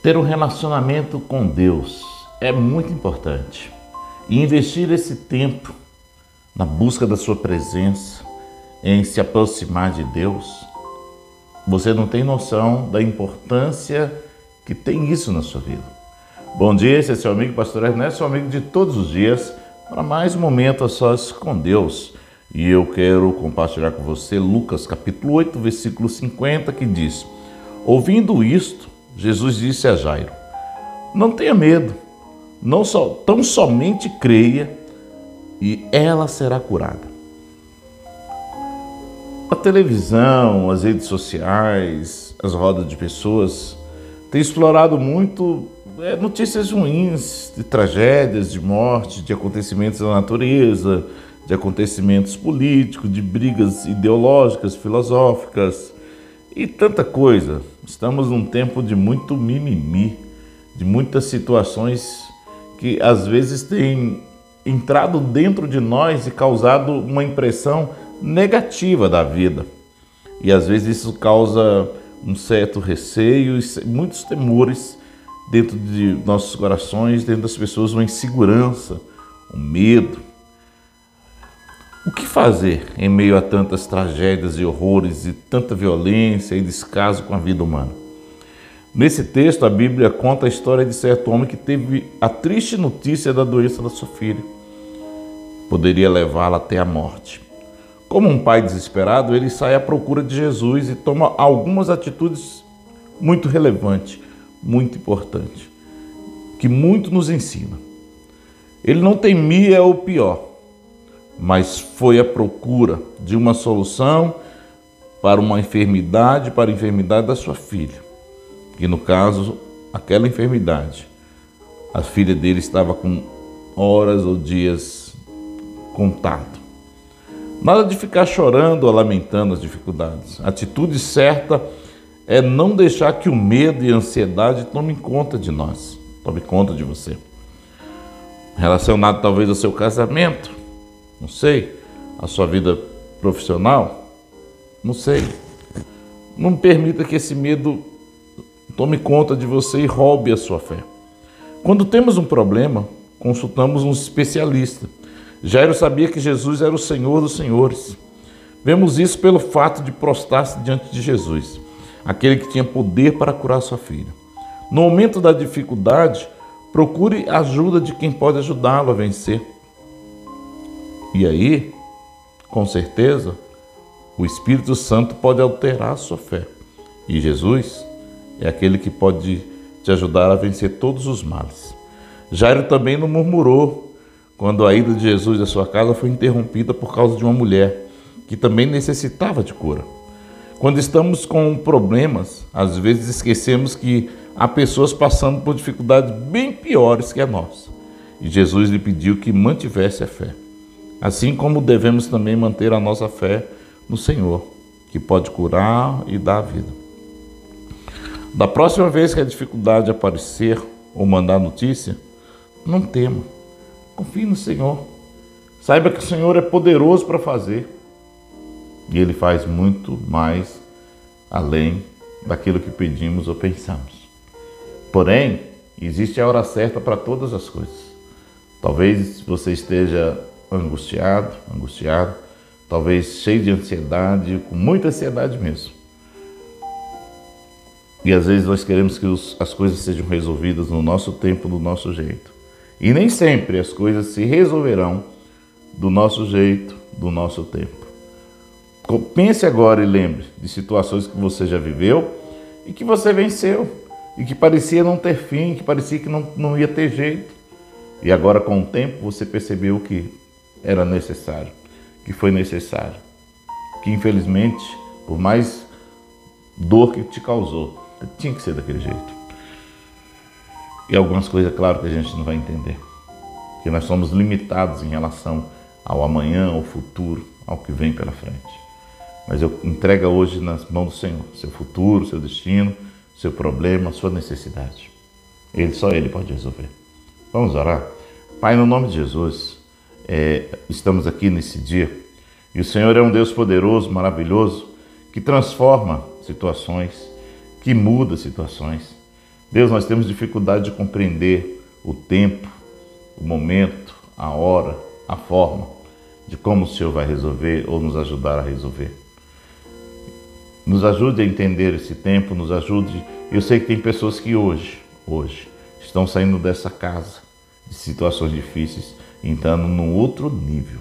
Ter um relacionamento com Deus é muito importante. E investir esse tempo na busca da sua presença, em se aproximar de Deus, você não tem noção da importância que tem isso na sua vida. Bom dia, esse é seu amigo Pastor Ernesto, seu amigo de todos os dias, para mais um momento a sós com Deus. E eu quero compartilhar com você Lucas capítulo 8, versículo 50, que diz: ouvindo isto, Jesus disse a Jairo: não tenha medo, tão somente creia e ela será curada. A televisão, as redes sociais, as rodas de pessoas têm explorado muito notícias ruins, de tragédias, de morte, de acontecimentos da natureza, de acontecimentos políticos, de brigas ideológicas, filosóficas e tanta coisa. Estamos num tempo de muito mimimi, de muitas situações que às vezes têm entrado dentro de nós e causado uma impressão negativa da vida. E às vezes isso causa um certo receio e muitos temores dentro de nossos corações, dentro das pessoas, uma insegurança, um medo. O que fazer em meio a tantas tragédias e horrores e tanta violência e descaso com a vida humana? Nesse texto, a Bíblia conta a história de certo homem que teve a triste notícia da doença da sua filha. Poderia levá-la até a morte. Como um pai desesperado, ele sai à procura de Jesus e toma algumas atitudes muito relevantes, muito importantes, que muito nos ensina. Ele não temia o pior, mas foi à procura de uma solução para a enfermidade da sua filha. Que no caso, aquela enfermidade, a filha dele estava com horas ou dias contado. Nada de ficar chorando ou lamentando as dificuldades. A atitude certa é não deixar que o medo e a ansiedade tomem conta de nós, tome conta de você. Relacionado talvez ao seu casamento, não sei, a sua vida profissional, não sei. Não permita que esse medo tome conta de você e roube a sua fé. Quando temos um problema, consultamos um especialista. Jairo sabia que Jesus era o Senhor dos senhores. Vemos isso pelo fato de prostrar-se diante de Jesus, aquele que tinha poder para curar sua filha. No momento da dificuldade, procure a ajuda de quem pode ajudá-lo a vencer. E aí, com certeza, o Espírito Santo pode alterar a sua fé. E Jesus é aquele que pode te ajudar a vencer todos os males. Jairo também não murmurou quando a ida de Jesus à sua casa foi interrompida por causa de uma mulher que também necessitava de cura. Quando estamos com problemas, às vezes esquecemos que há pessoas passando por dificuldades bem piores que a nossa. E Jesus lhe pediu que mantivesse a fé. Assim como devemos também manter a nossa fé no Senhor, que pode curar e dar a vida. Da próxima vez que a dificuldade aparecer ou mandar notícia, não tema. Confie no Senhor. Saiba que o Senhor é poderoso para fazer. E Ele faz muito mais além daquilo que pedimos ou pensamos. Porém, existe a hora certa para todas as coisas. Talvez você esteja angustiado, talvez cheio de ansiedade, com muita ansiedade mesmo. E às vezes nós queremos que as coisas sejam resolvidas no nosso tempo, do nosso jeito. E nem sempre as coisas se resolverão do nosso jeito, do nosso tempo. Pense agora e lembre de situações que você já viveu e que você venceu. E que parecia não ter fim, que parecia que não ia ter jeito. E agora com o tempo você percebeu que era necessário, que foi necessário. Que infelizmente, por mais dor que te causou, tinha que ser daquele jeito. E algumas coisas, claro, que a gente não vai entender. Porque nós somos limitados em relação ao amanhã, ao futuro, ao que vem pela frente. Mas eu entrego hoje nas mãos do Senhor, seu futuro, seu destino, seu problema, sua necessidade. Só Ele pode resolver. Vamos orar? Pai, no nome de Jesus, estamos aqui nesse dia. E o Senhor é um Deus poderoso, maravilhoso, que transforma situações, que muda situações. Deus, nós temos dificuldade de compreender o tempo, o momento, a hora, a forma de como o Senhor vai resolver ou nos ajudar a resolver. Nos ajude a entender esse tempo, nos ajude. Eu sei que tem pessoas que hoje estão saindo dessa casa de situações difíceis, entrando num outro nível,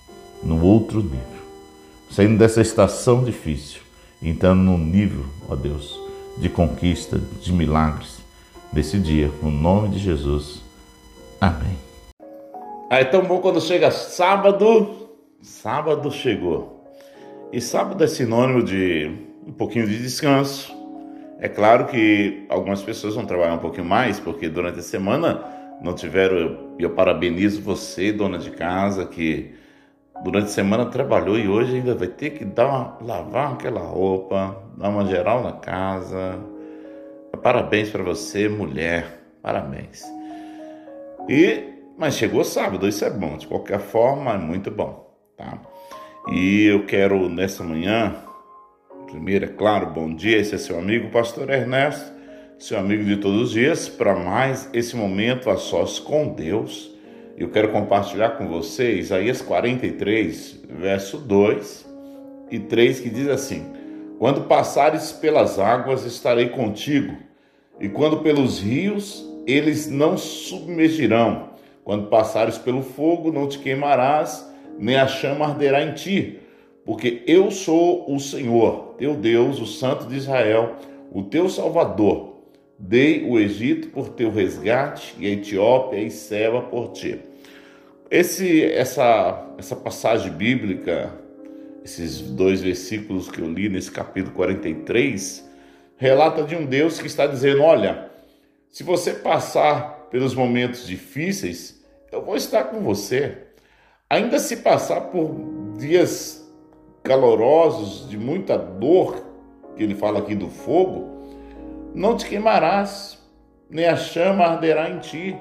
saindo dessa estação difícil, entrando num nível, ó Deus, de conquista, de milagres, desse dia, no nome de Jesus. Amém. É tão bom quando chega sábado chegou. E sábado é sinônimo de um pouquinho de descanso. É claro que algumas pessoas vão trabalhar um pouquinho mais, porque durante a semana não tiveram. Eu parabenizo você, dona de casa, que durante a semana trabalhou e hoje ainda vai ter que lavar aquela roupa, dar uma geral na casa. Parabéns para você, mulher. Parabéns. Mas chegou sábado, isso é bom. De qualquer forma, é muito bom, tá? E eu quero, nessa manhã, primeiro, é claro, bom dia. Esse é seu amigo, pastor Ernesto, seu amigo de todos os dias, para mais esse momento a sós com Deus. Eu quero compartilhar com vocês Isaías 43, verso 2 e 3, que diz assim: quando passares pelas águas, estarei contigo, e quando pelos rios, eles não submergirão. Quando passares pelo fogo, não te queimarás, nem a chama arderá em ti, porque eu sou o Senhor, teu Deus, o Santo de Israel, o teu Salvador. Dei o Egito por teu resgate, e a Etiópia e Seba por ti. Essa passagem bíblica, esses dois versículos que eu li nesse capítulo 43, relata de um Deus que está dizendo: olha, se você passar pelos momentos difíceis, eu vou estar com você. Ainda se passar por dias calorosos, de muita dor, que ele fala aqui do fogo, não te queimarás, nem a chama arderá em ti.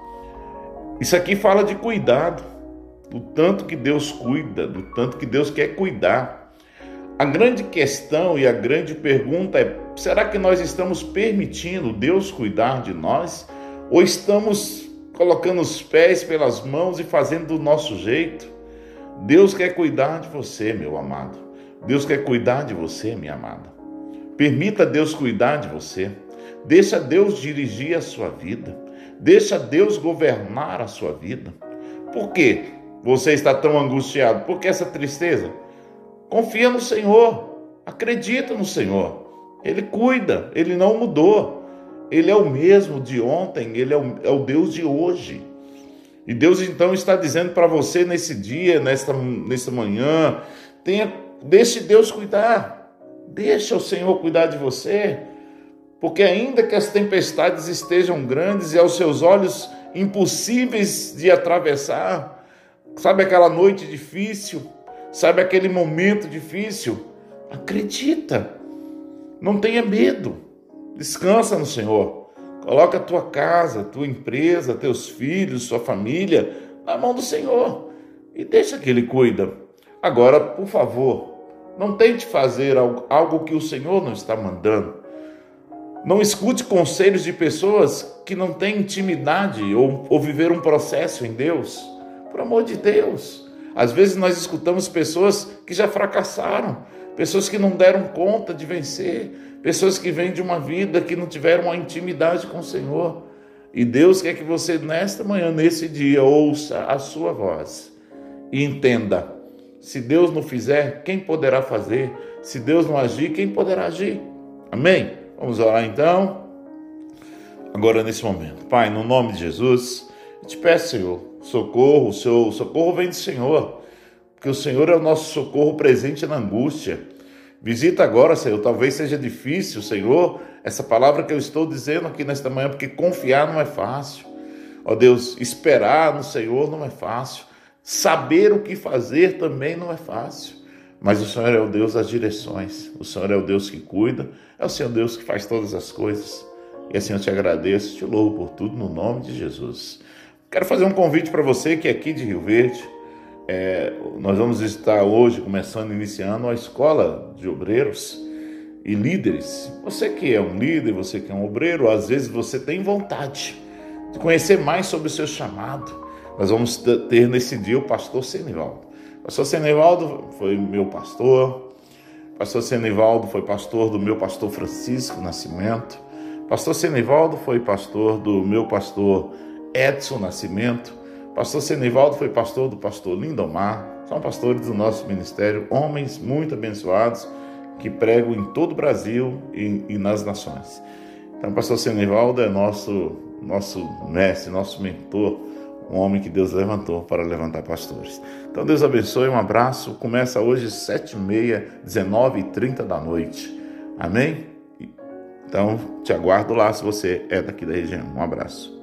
Isso aqui fala de cuidado, do tanto que Deus cuida, do tanto que Deus quer cuidar. A grande questão e a grande pergunta é: será que nós estamos permitindo Deus cuidar de nós? Ou estamos colocando os pés pelas mãos e fazendo do nosso jeito? Deus quer cuidar de você, meu amado. Deus quer cuidar de você, minha amada. Permita Deus cuidar de você. Deixa Deus dirigir a sua vida. Deixa Deus governar a sua vida. Por que você está tão angustiado? Por que essa tristeza? Confia no Senhor. Acredita no Senhor. Ele cuida. Ele não mudou. Ele é o mesmo de ontem. Ele é o Deus de hoje. E Deus então está dizendo para você nesse dia, nessa manhã, deixe Deus cuidar. Deixa o Senhor cuidar de você. Porque ainda que as tempestades estejam grandes e aos seus olhos impossíveis de atravessar, sabe aquela noite difícil, sabe aquele momento difícil, acredita, não tenha medo, descansa no Senhor, coloca a tua casa, tua empresa, teus filhos, sua família na mão do Senhor e deixa que Ele cuida. Agora, por favor, não tente fazer algo que o Senhor não está mandando. Não escute conselhos de pessoas que não têm intimidade ou viver um processo em Deus. Por amor de Deus. Às vezes nós escutamos pessoas que já fracassaram, pessoas que não deram conta de vencer, pessoas que vêm de uma vida que não tiveram uma intimidade com o Senhor. E Deus quer que você, nesta manhã, nesse dia, ouça a sua voz e entenda: se Deus não fizer, quem poderá fazer? Se Deus não agir, quem poderá agir? Amém? Vamos orar então, agora nesse momento. Pai, no nome de Jesus, eu te peço, Senhor, socorro. O seu socorro vem do Senhor, porque o Senhor é o nosso socorro presente na angústia. Visita agora, Senhor, talvez seja difícil, Senhor, essa palavra que eu estou dizendo aqui nesta manhã, porque confiar não é fácil. Ó Deus, esperar no Senhor não é fácil, saber o que fazer também não é fácil. Mas o Senhor é o Deus das direções, o Senhor é o Deus que cuida, é o Senhor Deus que faz todas as coisas. E assim eu te agradeço, te louvo por tudo no nome de Jesus. Quero fazer um convite para você que é aqui de Rio Verde. Nós vamos estar hoje iniciando a Escola de Obreiros. e líderes. Você que é um líder, você que é um obreiro, às vezes você tem vontade de conhecer mais sobre o seu chamado. Nós vamos ter nesse dia o pastor Senivaldo. O pastor Senivaldo foi meu pastor. O pastor Senivaldo foi pastor do meu pastor Francisco Nascimento. O pastor Senivaldo foi pastor do meu pastor Edson Nascimento. O pastor Senivaldo foi pastor do pastor Lindomar. São pastores do nosso ministério, homens muito abençoados, que pregam em todo o Brasil e nas nações. Então, o pastor Senivaldo é nosso mestre, nosso mentor, um homem que Deus levantou para levantar pastores. Então, Deus abençoe, um abraço. Começa hoje 7h30, 19h30 da noite. Amém? Então, te aguardo lá se você é daqui da região. Um abraço.